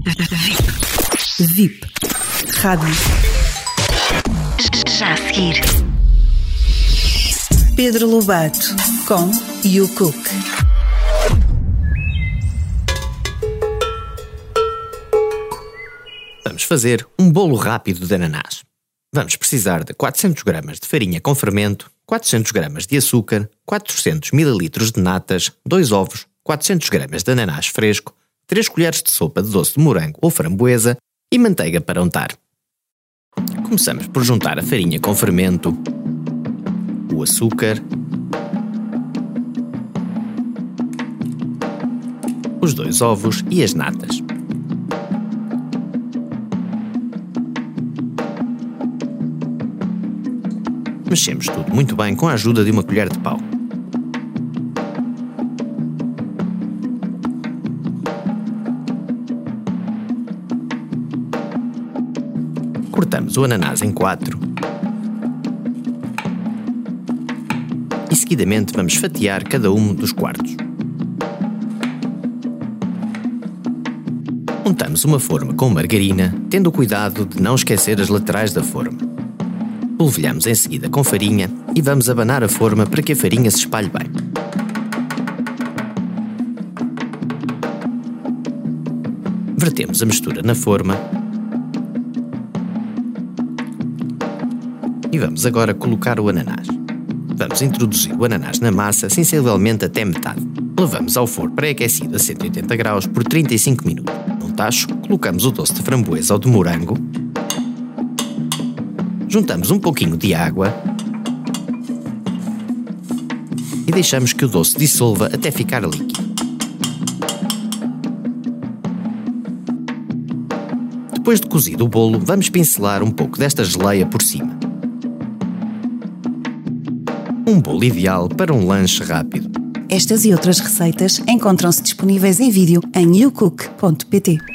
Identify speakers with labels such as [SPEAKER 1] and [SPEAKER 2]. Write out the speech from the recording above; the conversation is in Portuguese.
[SPEAKER 1] VIP. Rádio.
[SPEAKER 2] Já a seguir.
[SPEAKER 1] Pedro Lobato com You Cook.
[SPEAKER 3] Vamos fazer um bolo rápido de ananás. Vamos precisar de 400 gramas de farinha com fermento, 400 gramas de açúcar, 400 ml de natas, 2 ovos, 400 gramas de ananás fresco, 3 colheres de sopa de doce de morango ou framboesa e manteiga para untar. Começamos por juntar a farinha com fermento, o açúcar, os 2 ovos e as natas. Mexemos tudo muito bem com a ajuda de uma colher de pau. Cortamos o ananás em 4 e seguidamente vamos fatiar cada um dos quartos. Untamos uma forma com margarina, tendo cuidado de não esquecer as laterais da forma. Polvilhamos em seguida com farinha e vamos abanar a forma para que a farinha se espalhe bem. Vertemos a mistura na forma e vamos agora colocar o ananás. Vamos introduzir o ananás na massa sensivelmente até metade. Levamos ao forno pré-aquecido a 180 graus por 35 minutos. Num tacho, colocamos o doce de framboesa ou de morango. Juntamos um pouquinho de água e deixamos que o doce dissolva até ficar líquido. Depois de cozido o bolo, vamos pincelar um pouco desta geleia por cima. Um bolo ideal para um lanche rápido.
[SPEAKER 1] Estas e outras receitas encontram-se disponíveis em vídeo em youcook.pt.